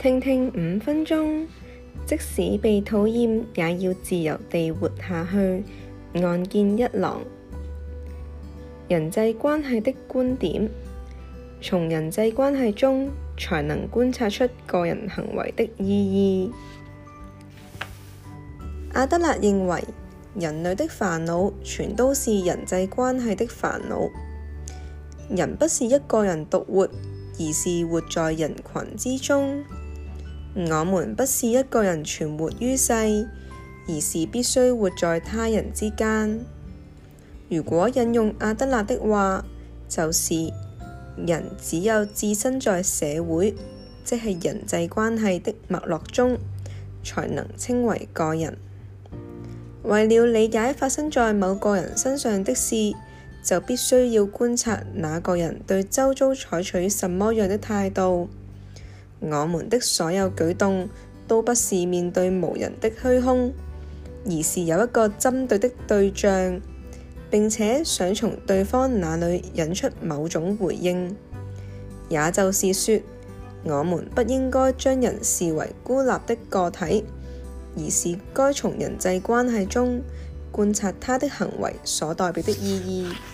聽聽5分鐘，即使被討厭，也要自由地活下去。岸見一郎。人際關係的觀點。從人際關係中，才能觀察出個人行為的意義。阿德勒認為，人類的煩惱全都是人際關係的煩惱。人不是一個人獨活，而是活在人群之中。我們不是一個人存活於世，而是必須活在他人之間。如果引用阿德勒的話，就是人只有置身在社會，即係人際關係的脈絡中，才能稱為個人。為了理解發生在某個人身上的事，就必須要觀察那個人對周遭採取什麼樣的態度。我們的所有舉動都不是面對無人的虛空，而是有一個針對的對象，並且想從對方那裡引出某種回應。也就是說，我們不應該將人視為孤立的個體，而是該從人際關係中觀察他的行為所代表的意義。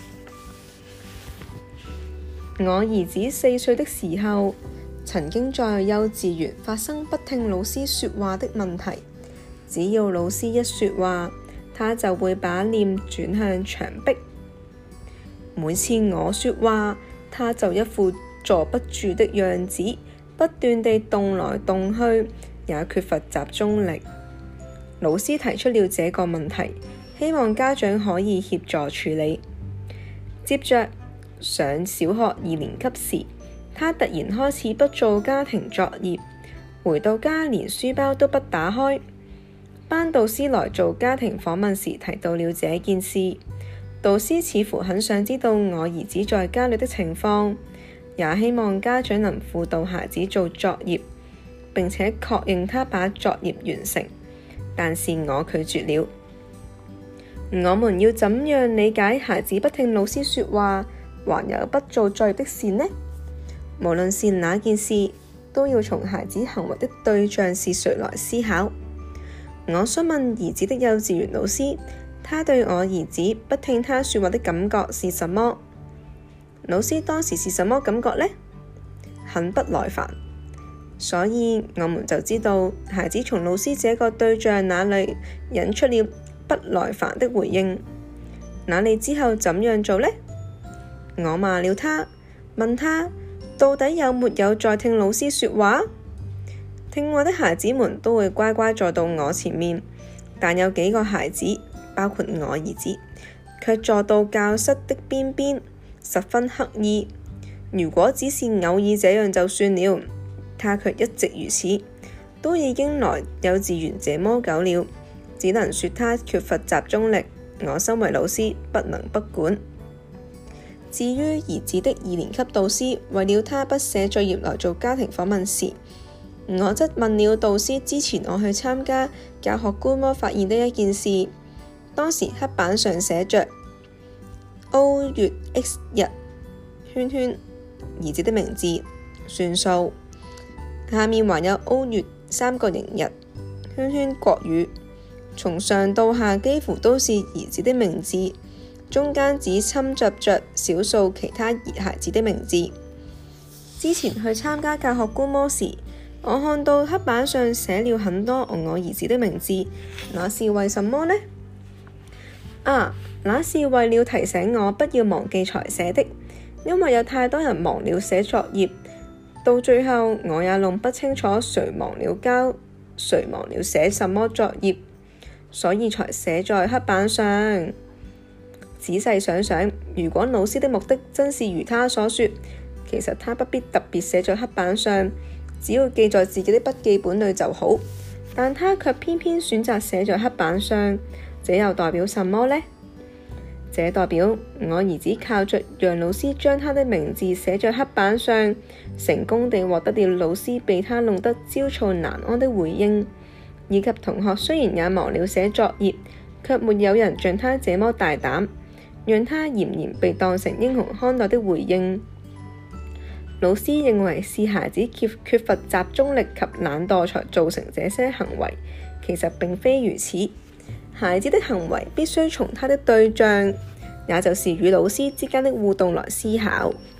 我兒子4歲的時候，曾經在幼稚園發生不聽老師說話的問題。只要老師一說話，他就會把臉轉向牆壁。每次我說話，他就一副坐不住的樣子，不斷地動來動去，也缺乏集中力。老師提出了這個問題，希望家長可以協助處理。接着上小學2年級時，他突然開始不做家庭作業，回到家連書包都不打開。班導師來做家庭訪問時提到了這件事，導師似乎很想知道我兒子在家裏的情況，也希望家長能輔導孩子做作業，並且確認他把作業完成，但是我拒絕了。我們要怎樣理解孩子不聽老師說話，還有不做作業的事呢？無論是哪件事，都要從孩子行為的對象是誰來思考。我詢問兒子的幼稚園老師，他對我兒子不聽他說話的感覺是什麼？老師當時是什麼感覺呢？很不耐煩。所以我們就知道，孩子從老師這個對象那裡引出了不耐煩的回應。那你之後怎樣做呢？我罵了他，問他到底有沒有在聽老師說話？聽話的孩子們都會乖乖坐到我前面，但有幾個孩子，包括我兒子，卻坐到教室的邊邊，十分刻意。如果只是偶爾這樣就算了，他卻一直如此，都已經來幼稚園這麼久了，只能說他缺乏集中力。我身為老師不能不管。至於兒子的2年級導師為了他不寫作業來做家庭訪問時，我則問了導師之前我去參加教學觀摩發現的一件事。當時黑板上寫着 O 月 X 日圈圈兒子的名字算數，下面還有 O 月3個形日圈圈國語，從上到下幾乎都是兒子的名字，中間只摻雜着少數其他孩子的名字。之前去參加教學觀摩時，我看到黑板上寫了很多我兒子的名字，那是為什麼呢？那是為了提醒我不要忘記才寫的，因為有太多人忘了寫作業，到最後我也弄不清楚誰忘了交，誰忘了寫什麼作業，所以才寫在黑板上。仔細想想，如果老師的目的真是如他所說，其實他不必特別寫在黑板上，只要記在自己的筆記本裡就好，但他卻偏偏選擇寫在黑板上，這又代表什麼呢？這代表我兒子靠着讓老師將他的名字寫在黑板上，成功地獲得了老師被他弄得焦躁難安的回應，以及同學雖然也忘了寫作業，卻沒有人像他這麼大膽，讓他儼然被當成英雄看待的回應。 老師認為是孩子缺乏集中力及懶惰才造成這些行為，其實並非如此。孩子的行為必須從他的對象，也就是與老師之間的互動來思考。